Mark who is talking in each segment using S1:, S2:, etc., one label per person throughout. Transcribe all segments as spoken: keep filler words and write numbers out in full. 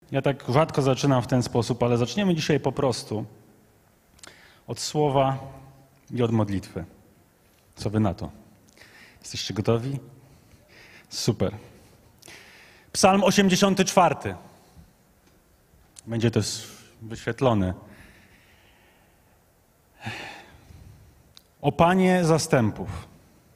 S1: Ja tak rzadko zaczynam w ten sposób, ale zaczniemy dzisiaj po prostu od słowa i od modlitwy. Co wy na to? Jesteście gotowi? Super. Psalm osiemdziesiąty czwarty. Będzie też wyświetlony. O Panie zastępów,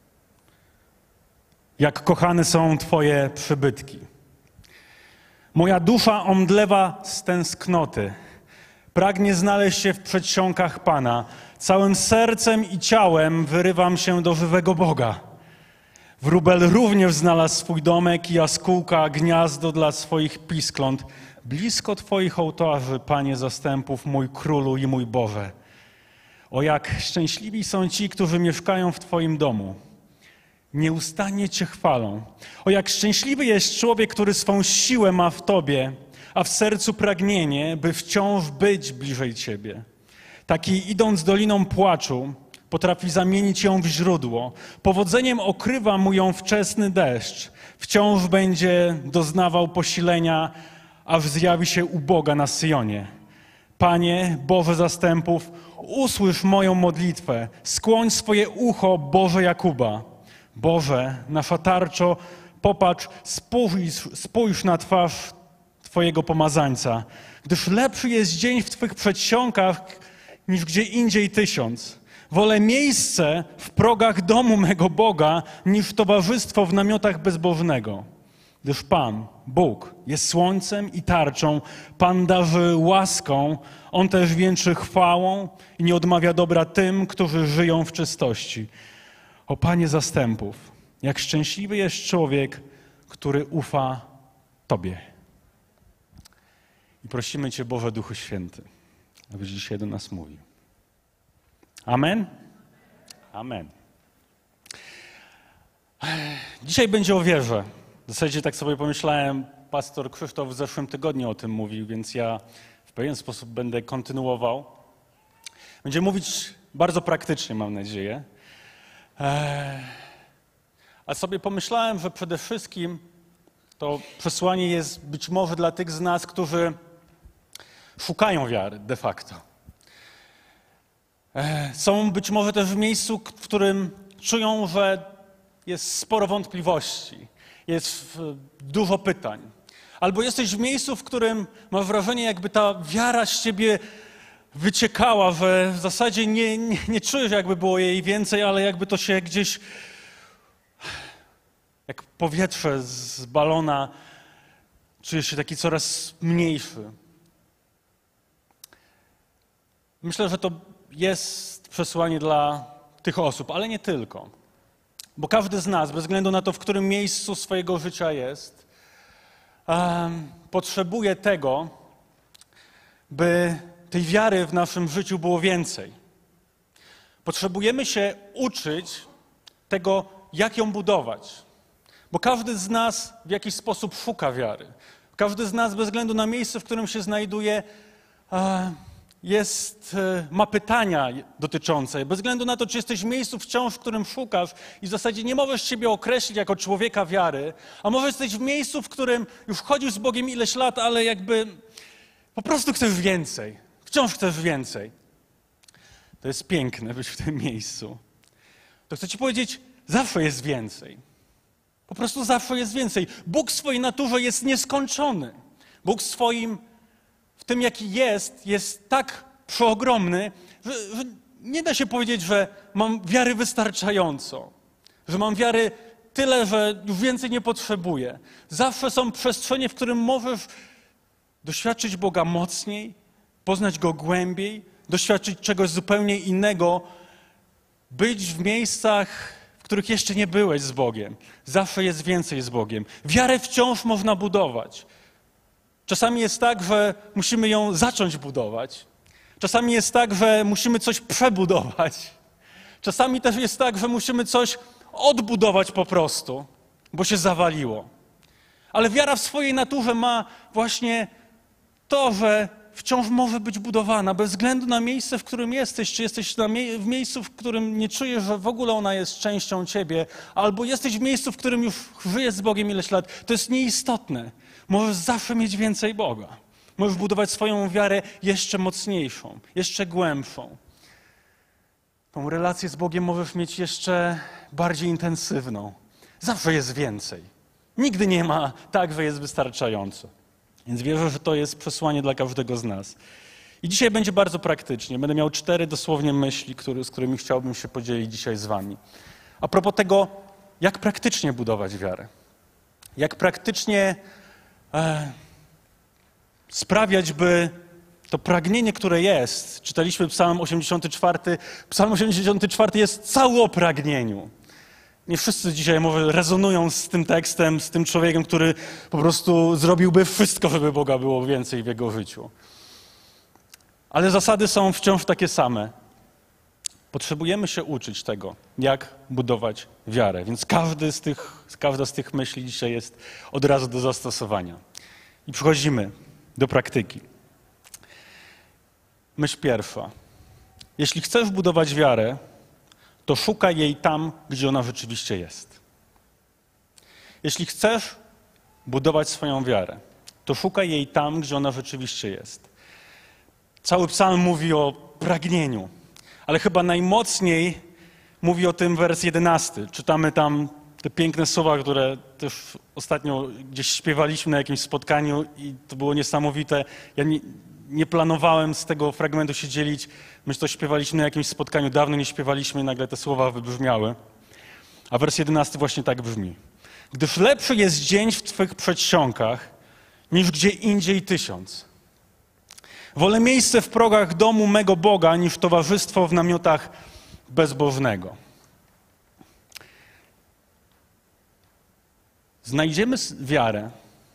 S1: jak kochane są Twoje przybytki. Moja dusza omdlewa z tęsknoty. Pragnie znaleźć się w przedsionkach Pana. Całym sercem i ciałem wyrywam się do żywego Boga. Wróbel również znalazł swój domek i jaskółka gniazdo dla swoich piskląt. Blisko Twoich ołtarzy, Panie zastępów, mój Królu i mój Boże. O jak szczęśliwi są ci, którzy mieszkają w Twoim domu. Nieustannie Cię chwalą. O jak szczęśliwy jest człowiek, który swą siłę ma w Tobie, a w sercu pragnienie, by wciąż być bliżej Ciebie. Taki idąc doliną płaczu, potrafi zamienić ją w źródło. Powodzeniem okrywa mu ją wczesny deszcz. Wciąż będzie doznawał posilenia, aż zjawi się uboga na Syjonie. Panie, Boże zastępów, usłysz moją modlitwę. Skłoń swoje ucho, Boże Jakuba. Boże, nasza tarczo, popatrz, spójrz, spójrz na twarz Twojego pomazańca, gdyż lepszy jest dzień w Twych przedsionkach niż gdzie indziej tysiąc. Wolę miejsce w progach domu mego Boga niż towarzystwo w namiotach bezbożnego. Gdyż Pan, Bóg, jest słońcem i tarczą, Pan darzy łaską, On też wieńczy chwałą i nie odmawia dobra tym, którzy żyją w czystości. O Panie zastępów, jak szczęśliwy jest człowiek, który ufa Tobie. I prosimy Cię, Boże Duchu Święty, abyś dzisiaj do nas mówił. Amen? Amen. Dzisiaj będzie o wierze. W zasadzie tak sobie pomyślałem, pastor Krzysztof w zeszłym tygodniu o tym mówił, więc ja w pewien sposób będę kontynuował. Będzie mówić bardzo praktycznie, mam nadzieję. A sobie pomyślałem, że przede wszystkim to przesłanie jest być może dla tych z nas, którzy szukają wiary de facto. Są być może też w miejscu, w którym czują, że jest sporo wątpliwości, jest dużo pytań. Albo jesteś w miejscu, w którym masz wrażenie, jakby ta wiara z ciebie wyciekała, że w zasadzie nie, nie, nie czujesz, jakby było jej więcej, ale jakby to się gdzieś, jak powietrze z balona, czujesz się taki coraz mniejszy. Myślę, że to jest przesłanie dla tych osób, ale nie tylko. Bo każdy z nas, bez względu na to, w którym miejscu swojego życia jest, um, potrzebuje tego, by tej wiary w naszym życiu było więcej. Potrzebujemy się uczyć tego, jak ją budować. Bo każdy z nas w jakiś sposób szuka wiary. Każdy z nas, bez względu na miejsce, w którym się znajduje, jest, ma pytania dotyczące. Bez względu na to, czy jesteś w miejscu wciąż, w którym szukasz i w zasadzie nie możesz siebie określić jako człowieka wiary, a może jesteś w miejscu, w którym już chodzisz z Bogiem ileś lat, ale jakby po prostu chcesz więcej. Wciąż chcesz więcej. To jest piękne być w tym miejscu. To chcę Ci powiedzieć, zawsze jest więcej. Po prostu zawsze jest więcej. Bóg w swojej naturze jest nieskończony. Bóg w swoim, w tym jaki jest, jest tak przeogromny, że, że nie da się powiedzieć, że mam wiary wystarczająco. Że mam wiary tyle, że już więcej nie potrzebuję. Zawsze są przestrzenie, w którym możesz doświadczyć Boga mocniej, poznać Go głębiej, doświadczyć czegoś zupełnie innego, być w miejscach, w których jeszcze nie byłeś z Bogiem. Zawsze jest więcej z Bogiem. Wiarę wciąż można budować. Czasami jest tak, że musimy ją zacząć budować. Czasami jest tak, że musimy coś przebudować. Czasami też jest tak, że musimy coś odbudować po prostu, bo się zawaliło. Ale wiara w swojej naturze ma właśnie to, że wciąż może być budowana, bez względu na miejsce, w którym jesteś, czy jesteś na mie- w miejscu, w którym nie czujesz, że w ogóle ona jest częścią ciebie, albo jesteś w miejscu, w którym już żyjesz z Bogiem ileś lat, to jest nieistotne. Możesz zawsze mieć więcej Boga. Możesz budować swoją wiarę jeszcze mocniejszą, jeszcze głębszą. Tą relację z Bogiem możesz mieć jeszcze bardziej intensywną. Zawsze jest więcej. Nigdy nie ma tak, że jest wystarczająco. Więc wierzę, że to jest przesłanie dla każdego z nas. I dzisiaj będzie bardzo praktycznie. Będę miał cztery dosłownie myśli, który, z którymi chciałbym się podzielić dzisiaj z wami. A propos tego, jak praktycznie budować wiarę. Jak praktycznie e, sprawiać, by to pragnienie, które jest, czytaliśmy Psalm osiemdziesiąty czwarty, Psalm osiemdziesiąty czwarty jest cały o pragnieniu. Nie wszyscy dzisiaj może rezonują z tym tekstem, z tym człowiekiem, który po prostu zrobiłby wszystko, żeby Boga było więcej w jego życiu. Ale zasady są wciąż takie same. Potrzebujemy się uczyć tego, jak budować wiarę. Więc każdy z tych, każda z tych myśli dzisiaj jest od razu do zastosowania. I przechodzimy do praktyki. Myśl pierwsza. Jeśli chcesz budować wiarę, to szukaj jej tam, gdzie ona rzeczywiście jest. Jeśli chcesz budować swoją wiarę, to szukaj jej tam, gdzie ona rzeczywiście jest. Cały psalm mówi o pragnieniu, ale chyba najmocniej mówi o tym wers jedenasty. Czytamy tam te piękne słowa, które też ostatnio gdzieś śpiewaliśmy na jakimś spotkaniu i to było niesamowite. Ja nie, nie planowałem z tego fragmentu się dzielić. My to śpiewaliśmy na jakimś spotkaniu, dawno nie śpiewaliśmy i nagle te słowa wybrzmiały. A wers jedenasty właśnie tak brzmi. Gdyż lepszy jest dzień w Twych przedsionkach, niż gdzie indziej tysiąc. Wolę miejsce w progach domu mego Boga, niż towarzystwo w namiotach bezbożnego. Znajdziemy wiarę,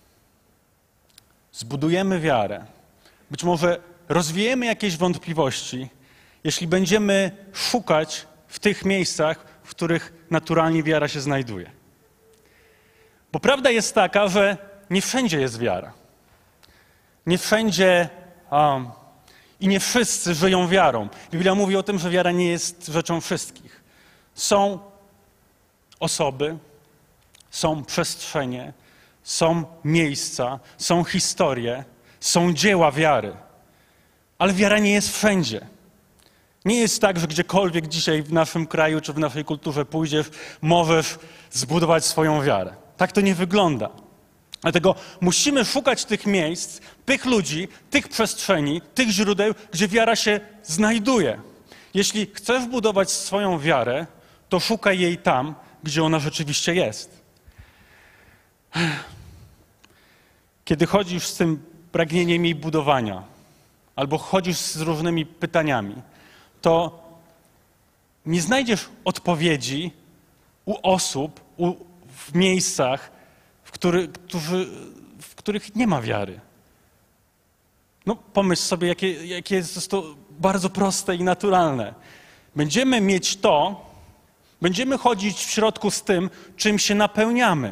S1: zbudujemy wiarę, być może rozwiejemy jakieś wątpliwości, jeśli będziemy szukać w tych miejscach, w których naturalnie wiara się znajduje. Bo prawda jest taka, że nie wszędzie jest wiara. Nie wszędzie um, i nie wszyscy żyją wiarą. Biblia mówi o tym, że wiara nie jest rzeczą wszystkich. Są osoby, są przestrzenie, są miejsca, są historie, są dzieła wiary. Ale wiara nie jest wszędzie. Nie jest tak, że gdziekolwiek dzisiaj w naszym kraju czy w naszej kulturze pójdziesz, możesz zbudować swoją wiarę. Tak to nie wygląda. Dlatego musimy szukać tych miejsc, tych ludzi, tych przestrzeni, tych źródeł, gdzie wiara się znajduje. Jeśli chcesz budować swoją wiarę, to szukaj jej tam, gdzie ona rzeczywiście jest. Kiedy chodzisz z tym pragnieniem jej budowania, albo chodzisz z różnymi pytaniami, to nie znajdziesz odpowiedzi u osób, u, w miejscach, w, który, którzy, w których nie ma wiary. No pomyśl sobie, jakie, jakie jest to bardzo proste i naturalne. Będziemy mieć to, będziemy chodzić w środku z tym, czym się napełniamy.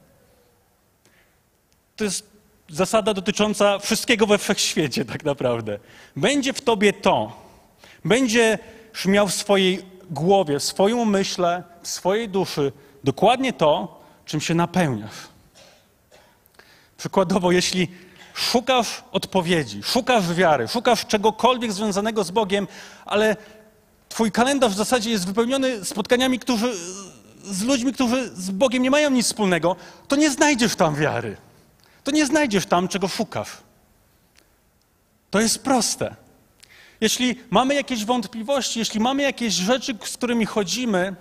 S1: To jest zasada dotycząca wszystkiego we wszechświecie tak naprawdę. Będzie w tobie to, będziesz miał w swojej głowie, w swoim umyśle, w swojej duszy dokładnie to, czym się napełniasz. Przykładowo, jeśli szukasz odpowiedzi, szukasz wiary, szukasz czegokolwiek związanego z Bogiem, ale twój kalendarz w zasadzie jest wypełniony spotkaniami, którzy, z ludźmi, którzy z Bogiem nie mają nic wspólnego, to nie znajdziesz tam wiary. To nie znajdziesz tam, czego szukasz. To jest proste. Jeśli mamy jakieś wątpliwości, jeśli mamy jakieś rzeczy, z którymi chodzimy,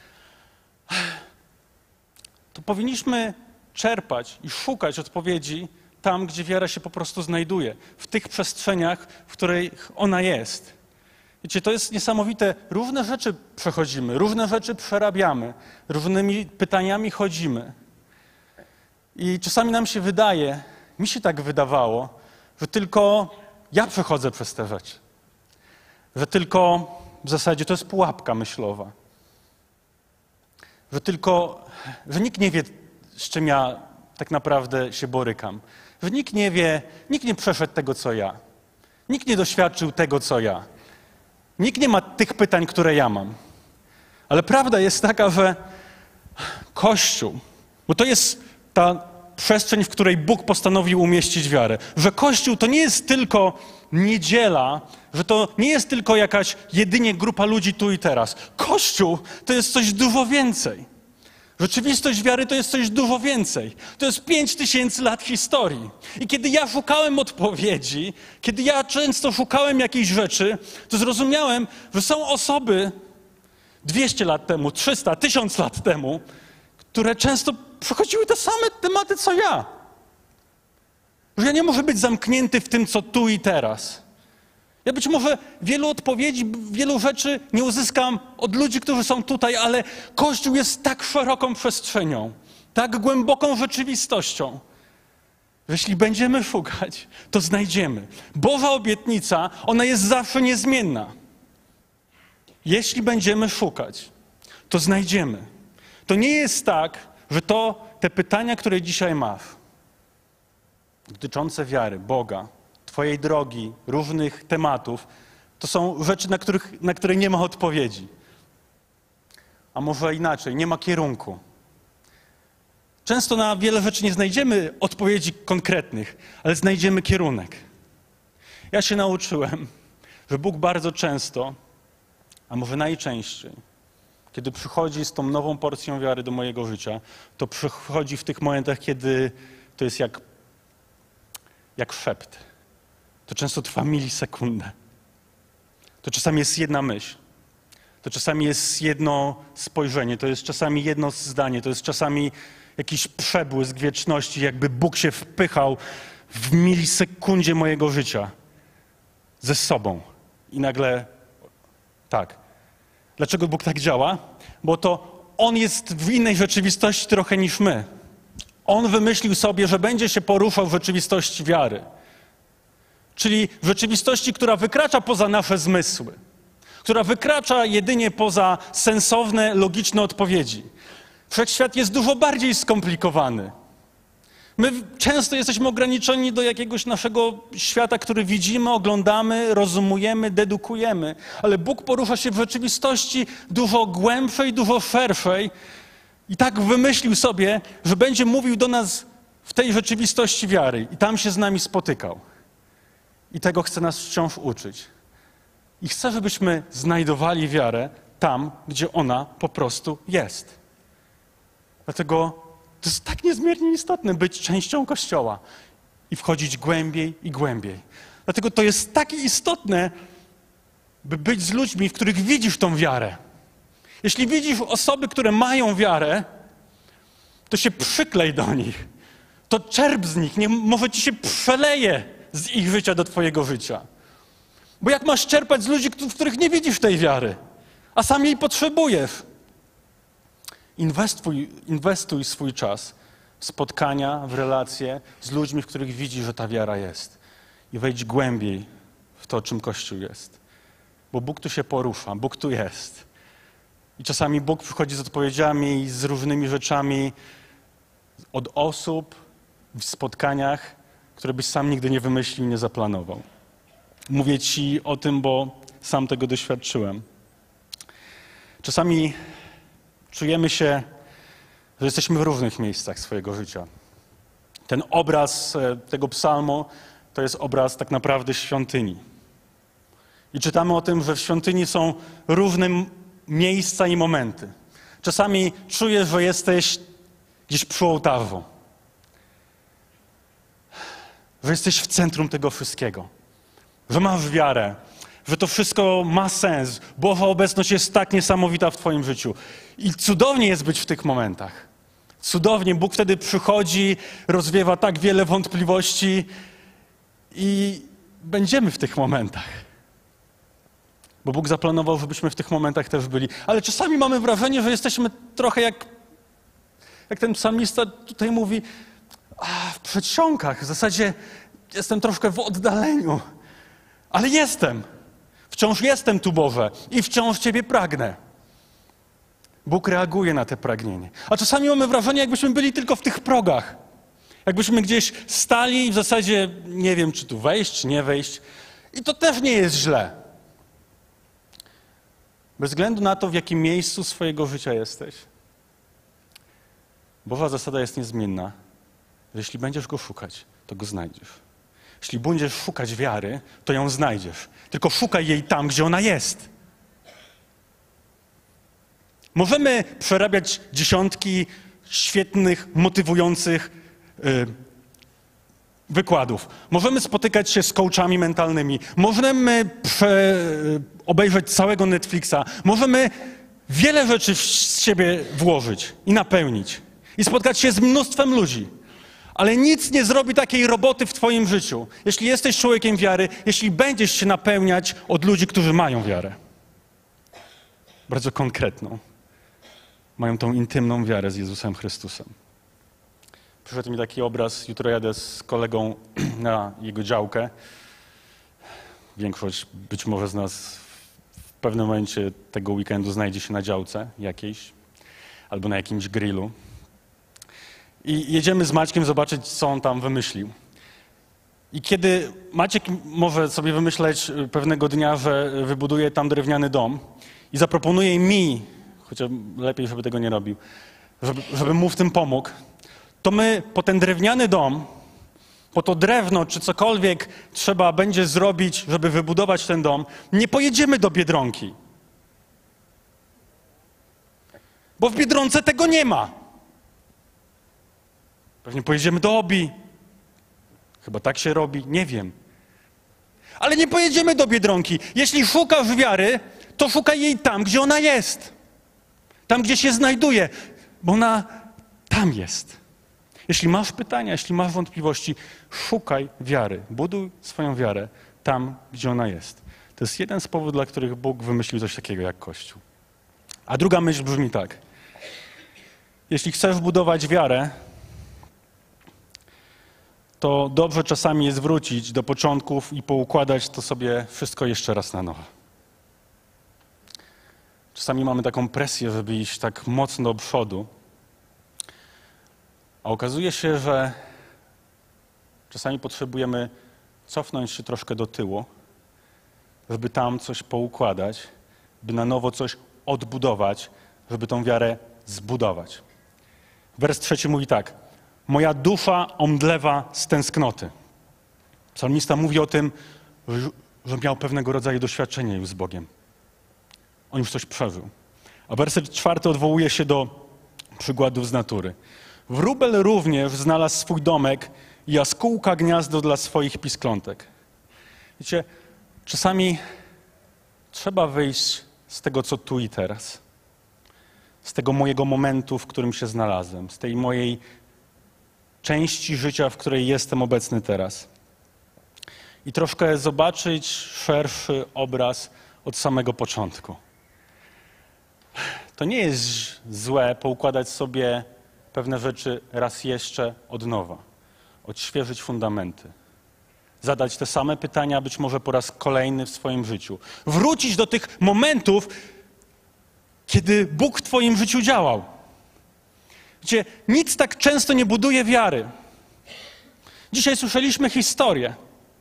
S1: to powinniśmy czerpać i szukać odpowiedzi tam, gdzie wiara się po prostu znajduje. W tych przestrzeniach, w których ona jest. Wiecie, to jest niesamowite. Różne rzeczy przechodzimy, różne rzeczy przerabiamy, różnymi pytaniami chodzimy. I czasami nam się wydaje, mi się tak wydawało, że tylko ja przechodzę przez te rzeczy. Że tylko w zasadzie to jest pułapka myślowa. Że tylko, że nikt nie wie, z czym ja tak naprawdę się borykam. Że nikt nie wie, nikt nie przeszedł tego, co ja. Nikt nie doświadczył tego, co ja. Nikt nie ma tych pytań, które ja mam. Ale prawda jest taka, że Kościół, bo to jest ta przestrzeń, w której Bóg postanowił umieścić wiarę, że Kościół to nie jest tylko niedziela, że to nie jest tylko jakaś jedynie grupa ludzi tu i teraz. Kościół to jest coś dużo więcej. Rzeczywistość wiary to jest coś dużo więcej. To jest pięć tysięcy lat historii. I kiedy ja szukałem odpowiedzi, kiedy ja często szukałem jakiejś rzeczy, to zrozumiałem, że są osoby dwieście lat temu, trzysta, tysiąc lat temu, które często przechodziły te same tematy, co ja. Że ja nie muszę być zamknięty w tym, co tu i teraz. Ja być może wielu odpowiedzi, wielu rzeczy nie uzyskam od ludzi, którzy są tutaj, ale Kościół jest tak szeroką przestrzenią, tak głęboką rzeczywistością, że jeśli będziemy szukać, to znajdziemy. Boża obietnica, ona jest zawsze niezmienna. Jeśli będziemy szukać, to znajdziemy. To nie jest tak, że to te pytania, które dzisiaj masz, dotyczące wiary, Boga, Twojej drogi, różnych tematów, to są rzeczy, na, których, na które nie ma odpowiedzi. A może inaczej, nie ma kierunku. Często na wiele rzeczy nie znajdziemy odpowiedzi konkretnych, ale znajdziemy kierunek. Ja się nauczyłem, że Bóg bardzo często, a może najczęściej, kiedy przychodzi z tą nową porcją wiary do mojego życia, to przychodzi w tych momentach, kiedy to jest jak, jak szept. To często trwa milisekundę. To czasami jest jedna myśl. To czasami jest jedno spojrzenie. To jest czasami jedno zdanie. To jest czasami jakiś przebłysk wieczności, jakby Bóg się wpychał w milisekundzie mojego życia ze sobą. I nagle tak. Dlaczego Bóg tak działa? Bo to On jest w innej rzeczywistości trochę niż my. On wymyślił sobie, że będzie się poruszał w rzeczywistości wiary. Czyli w rzeczywistości, która wykracza poza nasze zmysły, która wykracza jedynie poza sensowne, logiczne odpowiedzi. Wszechświat jest dużo bardziej skomplikowany. My często jesteśmy ograniczeni do jakiegoś naszego świata, który widzimy, oglądamy, rozumujemy, dedukujemy, ale Bóg porusza się w rzeczywistości dużo głębszej, dużo szerszej i tak wymyślił sobie, że będzie mówił do nas w tej rzeczywistości wiary i tam się z nami spotykał. I tego chce nas wciąż uczyć. I chce, żebyśmy znajdowali wiarę tam, gdzie ona po prostu jest. Dlatego to jest tak niezmiernie istotne być częścią Kościoła i wchodzić głębiej i głębiej. Dlatego to jest takie istotne, by być z ludźmi, w których widzisz tą wiarę. Jeśli widzisz osoby, które mają wiarę, to się przyklej do nich. To czerp z nich, nie, może ci się przeleje z ich życia do twojego życia. Bo jak masz czerpać z ludzi, w których nie widzisz tej wiary, a sam jej potrzebujesz? Inwestuj, inwestuj swój czas w spotkania, w relacje z ludźmi, w których widzisz, że ta wiara jest. I wejdź głębiej w to, czym Kościół jest. Bo Bóg tu się porusza, Bóg tu jest. I czasami Bóg przychodzi z odpowiedziami, z różnymi rzeczami od osób w spotkaniach, które byś sam nigdy nie wymyślił, nie zaplanował. Mówię ci o tym, bo sam tego doświadczyłem. Czasami czujemy się, że jesteśmy w różnych miejscach swojego życia. Ten obraz tego psalmu to jest obraz tak naprawdę świątyni. I czytamy o tym, że w świątyni są różne miejsca i momenty. Czasami czujesz, że jesteś gdzieś przy ołtarzu. Że jesteś w centrum tego wszystkiego. Że masz wiarę. Że to wszystko ma sens. Boża obecność jest tak niesamowita w twoim życiu. I cudownie jest być w tych momentach. Cudownie. Bóg wtedy przychodzi, rozwiewa tak wiele wątpliwości i będziemy w tych momentach. Bo Bóg zaplanował, żebyśmy w tych momentach też byli. Ale czasami mamy wrażenie, że jesteśmy trochę jak, jak ten psalmista tutaj mówi, a, w przedsionkach. W zasadzie jestem troszkę w oddaleniu. Ale jestem. Wciąż jestem tu, Boże, i wciąż Ciebie pragnę. Bóg reaguje na te pragnienie. A czasami mamy wrażenie, jakbyśmy byli tylko w tych progach. Jakbyśmy gdzieś stali i w zasadzie nie wiem, czy tu wejść, czy nie wejść. I to też nie jest źle. Bez względu na to, w jakim miejscu swojego życia jesteś, Boża zasada jest niezmienna, że jeśli będziesz go szukać, to go znajdziesz. Jeśli będziesz szukać wiary, to ją znajdziesz. Tylko szukaj jej tam, gdzie ona jest. Możemy przerabiać dziesiątki świetnych, motywujących yy, wykładów. Możemy spotykać się z coachami mentalnymi. Możemy prze, obejrzeć całego Netflixa. Możemy wiele rzeczy w siebie włożyć i napełnić. I spotkać się z mnóstwem ludzi. Ale nic nie zrobi takiej roboty w twoim życiu, jeśli jesteś człowiekiem wiary, jeśli będziesz się napełniać od ludzi, którzy mają wiarę. Bardzo konkretną. Mają tą intymną wiarę z Jezusem Chrystusem. Przyszedł mi taki obraz, jutro jadę z kolegą na jego działkę. Większość być może z nas w pewnym momencie tego weekendu znajdzie się na działce jakiejś albo na jakimś grillu. I jedziemy z Maćkiem zobaczyć, co on tam wymyślił. I kiedy Maciek może sobie wymyśleć pewnego dnia, że wybuduje tam drewniany dom i zaproponuje mi, chociaż lepiej, żeby tego nie robił, żeby, żebym mu w tym pomógł, to my po ten drewniany dom, po to drewno, czy cokolwiek trzeba będzie zrobić, żeby wybudować ten dom, nie pojedziemy do Biedronki. Bo w Biedronce tego nie ma. Pewnie pojedziemy do Obi. Chyba tak się robi, nie wiem. Ale nie pojedziemy do Biedronki. Jeśli szukasz wiary, to szukaj jej tam, gdzie ona jest. Tam, gdzie się znajduje, bo ona tam jest. Jeśli masz pytania, jeśli masz wątpliwości, szukaj wiary. Buduj swoją wiarę tam, gdzie ona jest. To jest jeden z powodów, dla których Bóg wymyślił coś takiego jak Kościół. A druga myśl brzmi tak. Jeśli chcesz budować wiarę, to dobrze czasami jest wrócić do początków i poukładać to sobie wszystko jeszcze raz na nowo. Czasami mamy taką presję, żeby iść tak mocno do przodu, a okazuje się, że czasami potrzebujemy cofnąć się troszkę do tyłu, żeby tam coś poukładać, by na nowo coś odbudować, żeby tą wiarę zbudować. Wers trzeci mówi tak. Moja dusza omdlewa z tęsknoty. Psalmista mówi o tym, że miał pewnego rodzaju doświadczenie już z Bogiem. On już coś przeżył. A werset czwarty odwołuje się do przykładów z natury. Wróbel również znalazł swój domek i jaskółka gniazdo dla swoich pisklątek. Wiecie, czasami trzeba wyjść z tego, co tu i teraz. Z tego mojego momentu, w którym się znalazłem. Z tej mojej części życia, w której jestem obecny teraz. I troszkę zobaczyć szerszy obraz od samego początku. To nie jest złe poukładać sobie pewne rzeczy raz jeszcze od nowa. Odświeżyć fundamenty. Zadać te same pytania być może po raz kolejny w swoim życiu. Wrócić do tych momentów, kiedy Bóg w twoim życiu działał. Wiecie, nic tak często nie buduje wiary. Dzisiaj słyszeliśmy historię.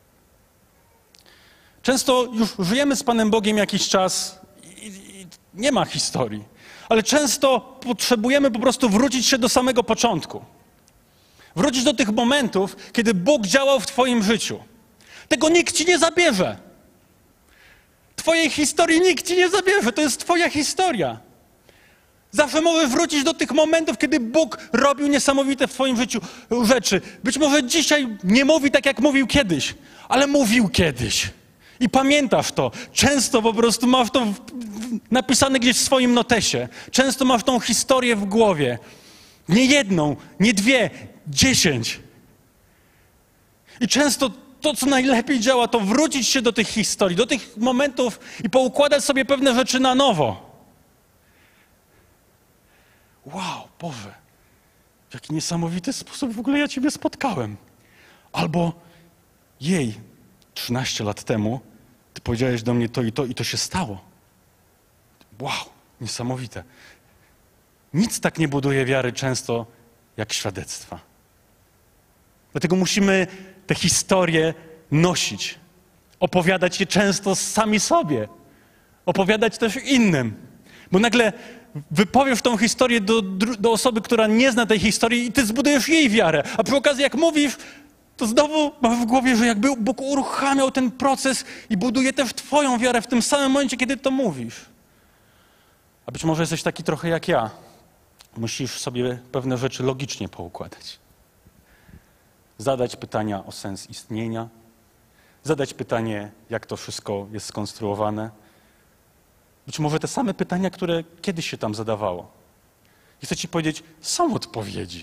S1: Często już żyjemy z Panem Bogiem jakiś czas i, i nie ma historii. Ale często potrzebujemy po prostu wrócić się do samego początku. Wrócić do tych momentów, kiedy Bóg działał w twoim życiu. Tego nikt ci nie zabierze. Twojej historii nikt ci nie zabierze. To jest twoja historia. Zawsze możesz wrócić do tych momentów, kiedy Bóg robił niesamowite w twoim życiu rzeczy. Być może dzisiaj nie mówi tak, jak mówił kiedyś, ale mówił kiedyś. I pamiętasz to. Często po prostu masz to napisane gdzieś w swoim notesie. Często masz tą historię w głowie. Nie jedną, nie dwie, dziesięć. I często to, co najlepiej działa, to wrócić się do tych historii, do tych momentów i poukładać sobie pewne rzeczy na nowo. Wow, Boże, w jaki niesamowity sposób w ogóle ja Ciebie spotkałem. Albo jej, trzynaście lat temu Ty powiedziałeś do mnie to i to i to się stało. Wow, niesamowite. Nic tak nie buduje wiary często jak świadectwa. Dlatego musimy te historie nosić. opowiadać je często sami sobie, opowiadać też innym. Bo nagle wypowiesz tą historię do, do osoby, która nie zna tej historii i ty zbudujesz jej wiarę. A przy okazji jak mówisz, to znowu masz w głowie, że jakby Bóg uruchamiał ten proces i buduje też twoją wiarę w tym samym momencie, kiedy to mówisz. A być może jesteś taki trochę jak ja. Musisz sobie pewne rzeczy logicznie poukładać. Zadać pytania o sens istnienia, zadać pytanie, jak to wszystko jest skonstruowane. Być może te same pytania, które kiedyś się tam zadawało. I chcę ci powiedzieć, są odpowiedzi.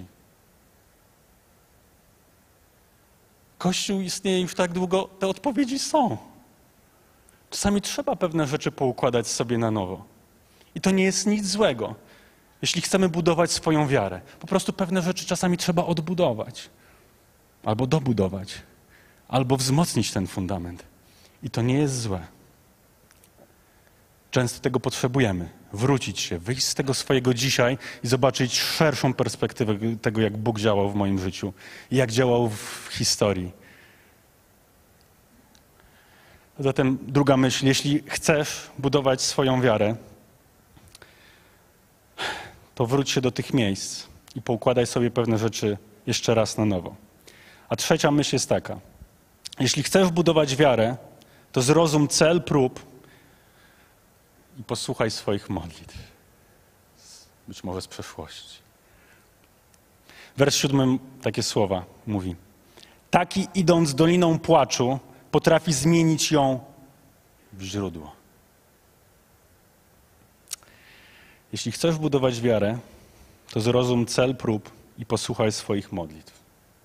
S1: Kościół istnieje już tak długo, te odpowiedzi są. Czasami trzeba pewne rzeczy poukładać sobie na nowo. I to nie jest nic złego, jeśli chcemy budować swoją wiarę. Po prostu pewne rzeczy czasami trzeba odbudować. Albo dobudować. Albo wzmocnić ten fundament. I to nie jest złe. Często tego potrzebujemy. Wrócić się, wyjść z tego swojego dzisiaj i zobaczyć szerszą perspektywę tego, jak Bóg działał w moim życiu i jak działał w historii. Zatem druga myśl, jeśli chcesz budować swoją wiarę, to wróć się do tych miejsc i poukładaj sobie pewne rzeczy jeszcze raz na nowo. A trzecia myśl jest taka. Jeśli chcesz budować wiarę, to zrozum cel prób i posłuchaj swoich modlitw. Być może z przeszłości. Wers siódmy takie słowa mówi. Taki idąc doliną płaczu potrafi zmienić ją w źródło. Jeśli chcesz budować wiarę, to zrozum cel prób i posłuchaj swoich modlitw.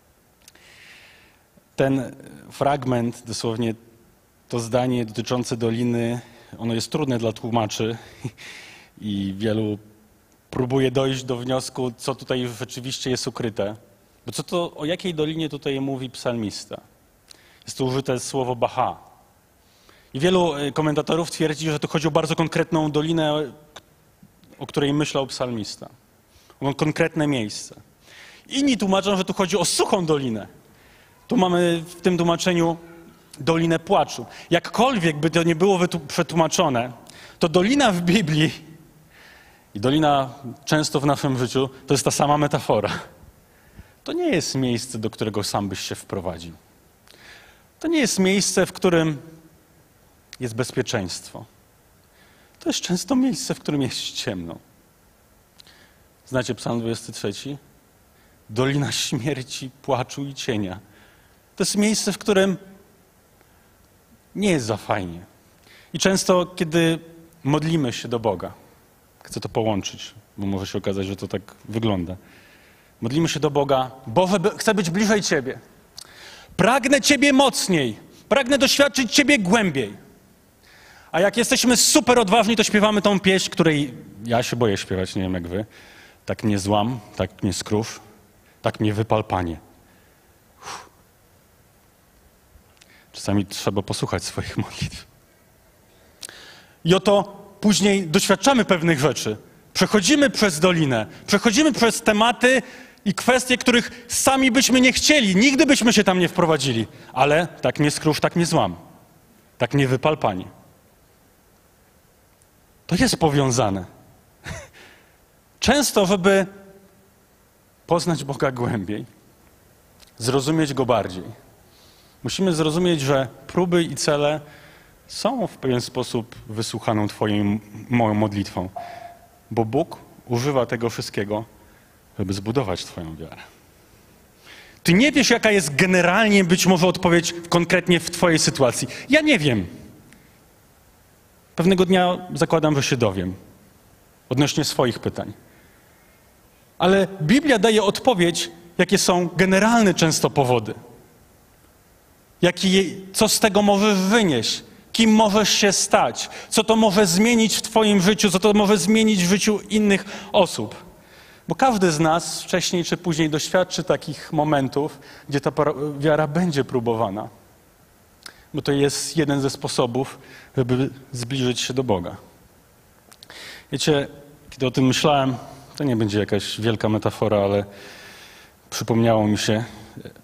S1: Ten fragment, dosłownie to zdanie dotyczące doliny, ono jest trudne dla tłumaczy i wielu próbuje dojść do wniosku, co tutaj rzeczywiście jest ukryte. Bo co to, o jakiej dolinie tutaj mówi psalmista? Jest tu użyte słowo Baha. I wielu komentatorów twierdzi, że tu chodzi o bardzo konkretną dolinę, o której myślał psalmista. O konkretne miejsce. Inni tłumaczą, że tu chodzi o suchą dolinę. Tu mamy w tym tłumaczeniu Dolinę Płaczu. Jakkolwiek by to nie było przetłumaczone, to dolina w Biblii i dolina często w naszym życiu to jest ta sama metafora. To nie jest miejsce, do którego sam byś się wprowadził. To nie jest miejsce, w którym jest bezpieczeństwo. To jest często miejsce, w którym jest ciemno. Znacie Psalm dwudziesty trzeci? Dolina śmierci, płaczu i cienia. To jest miejsce, w którym nie jest za fajnie. I często, kiedy modlimy się do Boga, chcę to połączyć, bo może się okazać, że to tak wygląda. Modlimy się do Boga, Boże, chcę być bliżej Ciebie. Pragnę Ciebie mocniej. Pragnę doświadczyć Ciebie głębiej. A jak jesteśmy super odważni, to śpiewamy tą pieśń, której ja się boję śpiewać, nie wiem jak wy. Tak mnie złam, tak mnie skrusz, tak mnie wypal, Panie. Uff. Czasami trzeba posłuchać swoich modlitw. I oto później doświadczamy pewnych rzeczy. Przechodzimy przez dolinę, przechodzimy przez tematy i kwestie, których sami byśmy nie chcieli. Nigdy byśmy się tam nie wprowadzili. Ale tak mnie skrusz, tak mnie złam. Tak mnie wypal, Panie. To jest powiązane. Często, żeby poznać Boga głębiej, zrozumieć Go bardziej, musimy zrozumieć, że próby i cele są w pewien sposób wysłuchaną Twoją, moją modlitwą, bo Bóg używa tego wszystkiego, żeby zbudować Twoją wiarę. Ty nie wiesz, jaka jest generalnie być może odpowiedź konkretnie w Twojej sytuacji. Ja nie wiem. Pewnego dnia zakładam, że się dowiem odnośnie swoich pytań. Ale Biblia daje odpowiedź, jakie są generalne często powody. Jaki, co z tego możesz wynieść? Kim możesz się stać? Co to może zmienić w Twoim życiu? Co to może zmienić w życiu innych osób? Bo każdy z nas wcześniej czy później doświadczy takich momentów, gdzie ta wiara będzie próbowana. Bo to jest jeden ze sposobów, żeby zbliżyć się do Boga. Wiecie, kiedy o tym myślałem, to nie będzie jakaś wielka metafora, ale przypomniało mi się,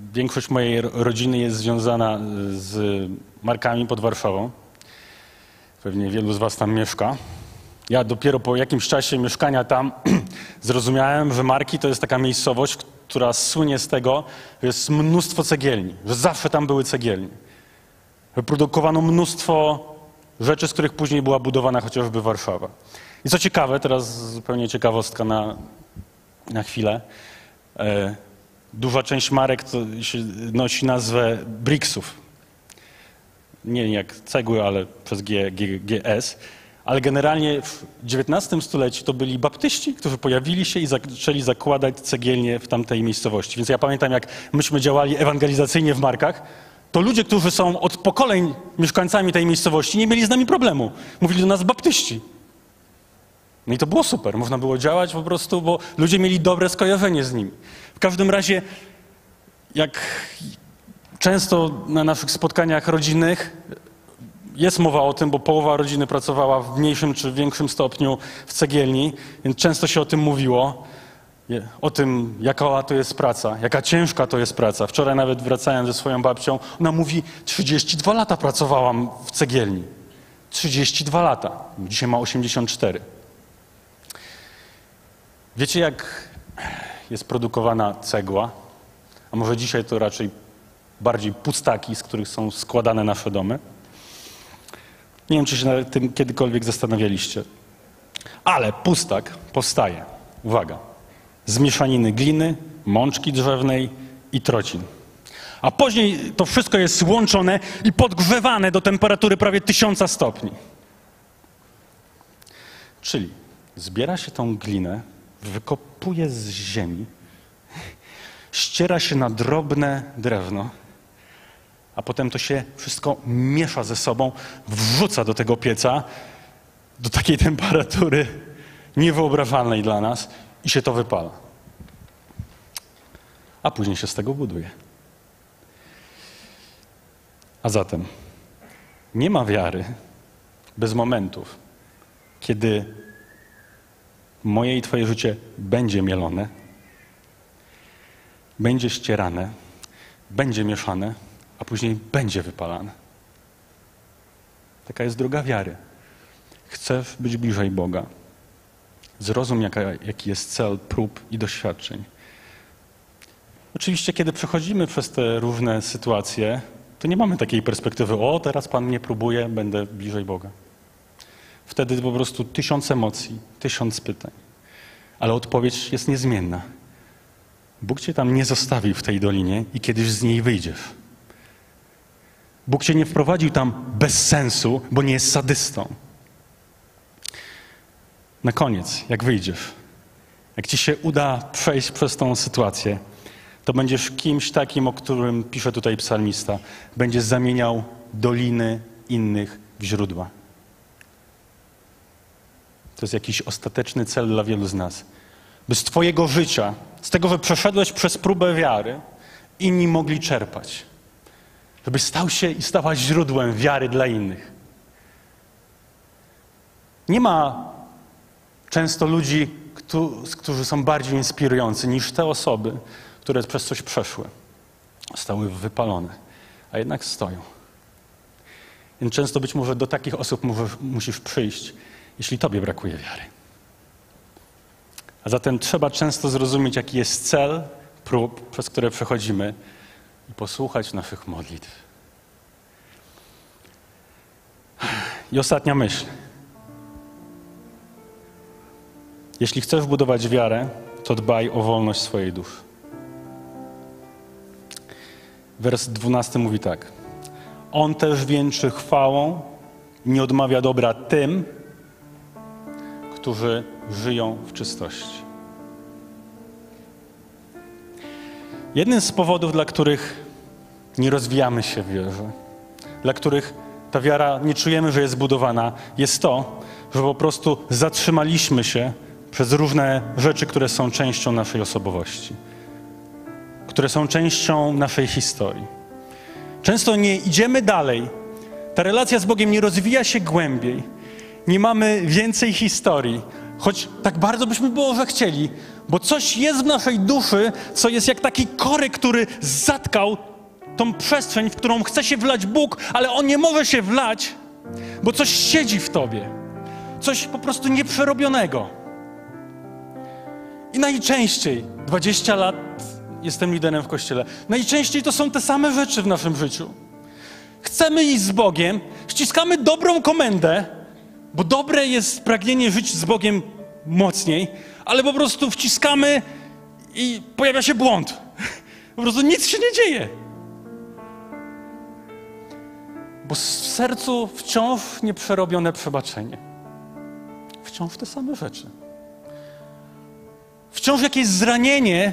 S1: większość mojej rodziny jest związana z Markami pod Warszawą. Pewnie wielu z was tam mieszka. Ja dopiero po jakimś czasie mieszkania tam zrozumiałem, że Marki to jest taka miejscowość, która słynie z tego, że jest mnóstwo cegielni, że zawsze tam były cegielnie. Wyprodukowano mnóstwo rzeczy, z których później była budowana chociażby Warszawa. I co ciekawe, teraz zupełnie ciekawostka na, na chwilę, e, duża część marek to się nosi nazwę bricksów. Nie jak cegły, ale przez G, G, G S. Ale generalnie w dziewiętnastym stuleciu to byli baptyści, którzy pojawili się i zaczęli zakładać cegielnie w tamtej miejscowości. Więc ja pamiętam, jak myśmy działali ewangelizacyjnie w Markach, to ludzie, którzy są od pokoleń mieszkańcami tej miejscowości, nie mieli z nami problemu. Mówili do nas baptyści. No i to było super. Można było działać po prostu, bo ludzie mieli dobre skojarzenie z nimi. W każdym razie, jak często na naszych spotkaniach rodzinnych jest mowa o tym, bo połowa rodziny pracowała w mniejszym czy większym stopniu w cegielni, więc często się o tym mówiło, o tym, jaka to jest praca, jaka ciężka to jest praca. Wczoraj nawet wracając ze swoją babcią, ona mówi, trzydzieści dwa lata pracowałam w cegielni. trzydzieści dwa lata. Dzisiaj ma osiemdziesiąt cztery. Wiecie, jak jest produkowana cegła? A może dzisiaj to raczej bardziej pustaki, z których są składane nasze domy? Nie wiem, czy się nad tym kiedykolwiek zastanawialiście. Ale pustak powstaje, uwaga, z mieszaniny gliny, mączki drzewnej i trocin. A później to wszystko jest złączone i podgrzewane do temperatury prawie tysiąca stopni. Czyli zbiera się tą glinę, wykopuje z ziemi, ściera się na drobne drewno, a potem to się wszystko miesza ze sobą, wrzuca do tego pieca, do takiej temperatury niewyobrażalnej dla nas i się to wypala. A później się z tego buduje. A zatem nie ma wiary bez momentów, kiedy moje i twoje życie będzie mielone, będzie ścierane, będzie mieszane, a później będzie wypalane. Taka jest droga wiary. Chcesz być bliżej Boga. Zrozum, jaka, jaki jest cel prób i doświadczeń. Oczywiście, kiedy przechodzimy przez te różne sytuacje, to nie mamy takiej perspektywy, o, teraz Pan mnie próbuje, będę bliżej Boga. Wtedy po prostu tysiąc emocji, tysiąc pytań. Ale odpowiedź jest niezmienna. Bóg cię tam nie zostawił w tej dolinie i kiedyś z niej wyjdziesz. Bóg cię nie wprowadził tam bez sensu, bo nie jest sadystą. Na koniec, jak wyjdziesz, jak ci się uda przejść przez tą sytuację, to będziesz kimś takim, o którym pisze tutaj psalmista. Będziesz zamieniał doliny innych w źródła. To jest jakiś ostateczny cel dla wielu z nas. By z twojego życia, z tego, że przeszedłeś przez próbę wiary, inni mogli czerpać. Żebyś stał się i stałaś źródłem wiary dla innych. Nie ma często ludzi, którzy są bardziej inspirujący niż te osoby, które przez coś przeszły. Zostały wypalone, a jednak stoją. Więc często być może do takich osób musisz przyjść, jeśli tobie brakuje wiary. A zatem trzeba często zrozumieć, jaki jest cel prób, przez które przechodzimy i posłuchać naszych modlitw. I ostatnia myśl. Jeśli chcesz budować wiarę, to dbaj o wolność swojej duszy. Wers dwunasty mówi tak. On też wieńczy chwałą i nie odmawia dobra tym, którzy żyją w czystości. Jednym z powodów, dla których nie rozwijamy się w wierze, dla których ta wiara nie czujemy, że jest budowana, jest to, że po prostu zatrzymaliśmy się przez różne rzeczy, które są częścią naszej osobowości, które są częścią naszej historii. Często nie idziemy dalej. Ta relacja z Bogiem nie rozwija się głębiej. Nie mamy więcej historii, choć tak bardzo byśmy było, że chcieli, Bo coś jest w naszej duszy, co jest jak taki korek, który zatkał tą przestrzeń, w którą chce się wlać Bóg, ale On nie może się wlać, bo coś siedzi w tobie. Coś po prostu nieprzerobionego. I najczęściej, dwadzieścia lat jestem liderem w Kościele, najczęściej to są te same rzeczy w naszym życiu. Chcemy iść z Bogiem, ściskamy dobrą komendę, bo dobre jest pragnienie żyć z Bogiem mocniej, ale po prostu wciskamy i pojawia się błąd. Po prostu nic się nie dzieje. Bo w sercu wciąż nieprzerobione przebaczenie. Wciąż te same rzeczy. Wciąż jakieś zranienie,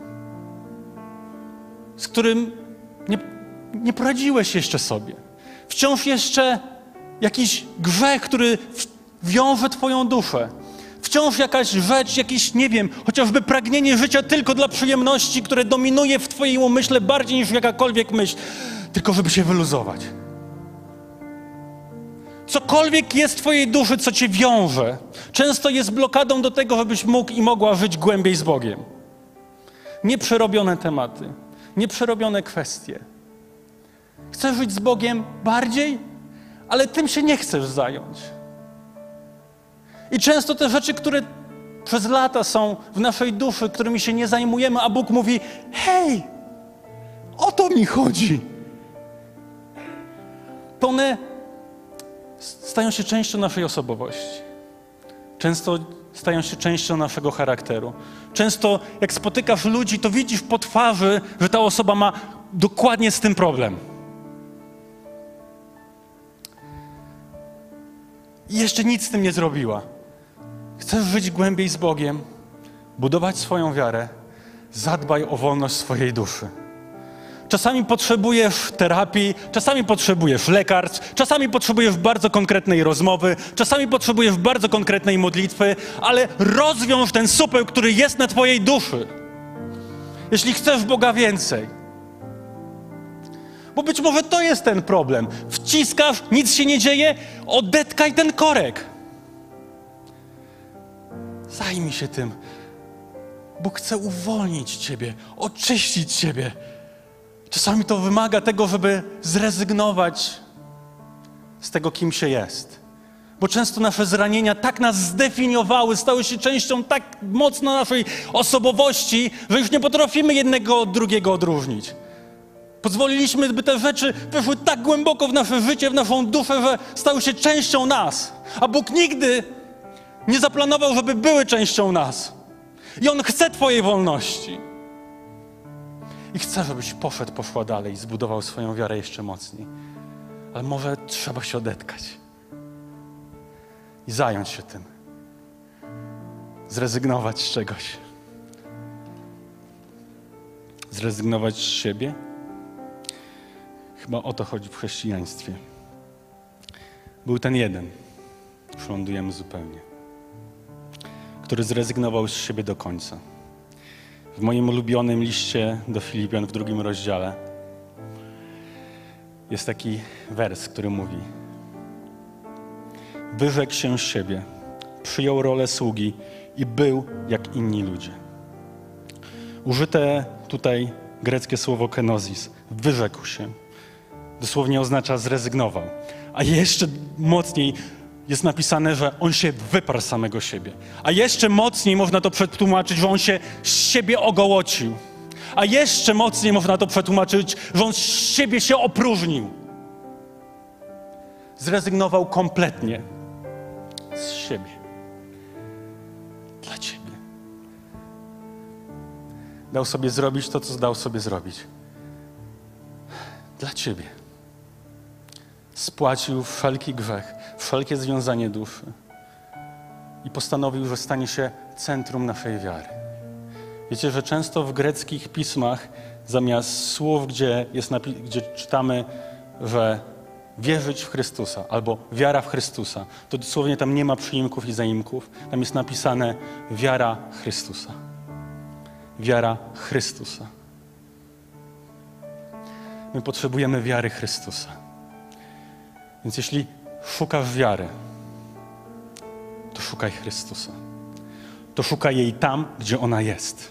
S1: z którym nie, nie poradziłeś jeszcze sobie. Wciąż jeszcze jakiś grzech, który wiąże twoją duszę. Wciąż jakaś rzecz, jakiś, nie wiem, chociażby pragnienie życia tylko dla przyjemności, które dominuje w twoim umyśle bardziej niż jakakolwiek myśl, tylko żeby się wyluzować. Cokolwiek jest w twojej duszy, co cię wiąże, często jest blokadą do tego, żebyś mógł i mogła żyć głębiej z Bogiem. Nieprzerobione tematy, nieprzerobione kwestie. Chcesz żyć z Bogiem bardziej, ale tym się nie chcesz zająć. I często te rzeczy, które przez lata są w naszej duszy, którymi się nie zajmujemy, a Bóg mówi: hej, o to mi chodzi. To one stają się częścią naszej osobowości. Często stają się częścią naszego charakteru. Często jak spotykasz ludzi, to widzisz po twarzy, że ta osoba ma dokładnie z tym problem. I jeszcze nic z tym nie zrobiła. Chcesz żyć głębiej z Bogiem, budować swoją wiarę, zadbaj o wolność swojej duszy. Czasami potrzebujesz terapii, czasami potrzebujesz lekarstw, czasami potrzebujesz bardzo konkretnej rozmowy, czasami potrzebujesz bardzo konkretnej modlitwy, ale rozwiąż ten supeł, który jest na twojej duszy. Jeśli chcesz Boga więcej. Bo być może to jest ten problem. Wciskasz, nic się nie dzieje, odetkaj ten korek. Zajmij się tym. Bóg chce uwolnić ciebie, oczyścić ciebie. Czasami to wymaga tego, żeby zrezygnować z tego, kim się jest. Bo często nasze zranienia tak nas zdefiniowały, stały się częścią tak mocno naszej osobowości, że już nie potrafimy jednego od drugiego odróżnić. Pozwoliliśmy, by te rzeczy weszły tak głęboko w nasze życie, w naszą duszę, że stały się częścią nas. A Bóg nigdy nie zaplanował, żeby były częścią nas. I On chce twojej wolności. I chce, żebyś poszedł, poszła dalej i zbudował swoją wiarę jeszcze mocniej. Ale może trzeba się odetkać. I zająć się tym. Zrezygnować z czegoś. Zrezygnować z siebie? Chyba o to chodzi w chrześcijaństwie. Był ten jeden, już lądujemy zupełnie, który zrezygnował z siebie do końca. W moim ulubionym liście do Filipian w drugim rozdziale jest taki wers, który mówi: wyrzekł się siebie, przyjął rolę sługi i był jak inni ludzie. Użyte tutaj greckie słowo kenozis, wyrzekł się, dosłownie oznacza zrezygnował. A jeszcze mocniej jest napisane, że on się wyparł samego siebie. A jeszcze mocniej można to przetłumaczyć, że on się z siebie ogołocił. A jeszcze mocniej można to przetłumaczyć, że on z siebie się opróżnił. Zrezygnował kompletnie z siebie. Dla Ciebie. Dał sobie zrobić to, co dał sobie zrobić. Dla Ciebie. Spłacił wszelki grzech, wszelkie związanie duszy i postanowił, że stanie się centrum naszej wiary. Wiecie, że często w greckich pismach zamiast słów, gdzie, jest napi- gdzie czytamy, że wierzyć w Chrystusa albo wiara w Chrystusa, to dosłownie tam nie ma przyimków i zaimków. Tam jest napisane wiara Chrystusa. Wiara Chrystusa. My potrzebujemy wiary Chrystusa. Więc jeśli szukasz wiary, to szukaj Chrystusa. to szukaj jej tam, gdzie ona jest.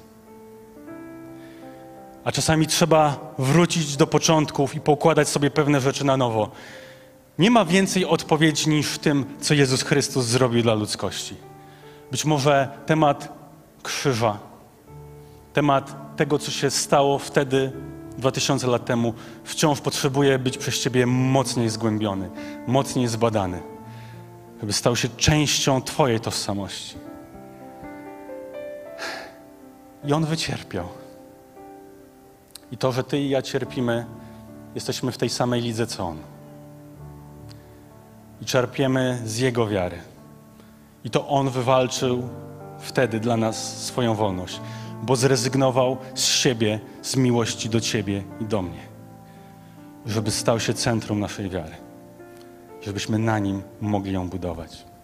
S1: A czasami trzeba wrócić do początków i poukładać sobie pewne rzeczy na nowo. Nie ma więcej odpowiedzi niż w tym, co Jezus Chrystus zrobił dla ludzkości. Być może temat krzyża, temat tego, co się stało wtedy, dwa tysiące lat temu, wciąż potrzebuje być przez Ciebie mocniej zgłębiony, mocniej zbadany, żeby stał się częścią Twojej tożsamości. I On wycierpiał. I to, że Ty i ja cierpimy, jesteśmy w tej samej lidze, co On. I czerpiemy z Jego wiary. I to On wywalczył wtedy dla nas swoją wolność, bo zrezygnował z siebie, z miłości do Ciebie i do mnie, żeby stał się centrum naszej wiary, żebyśmy na Nim mogli ją budować.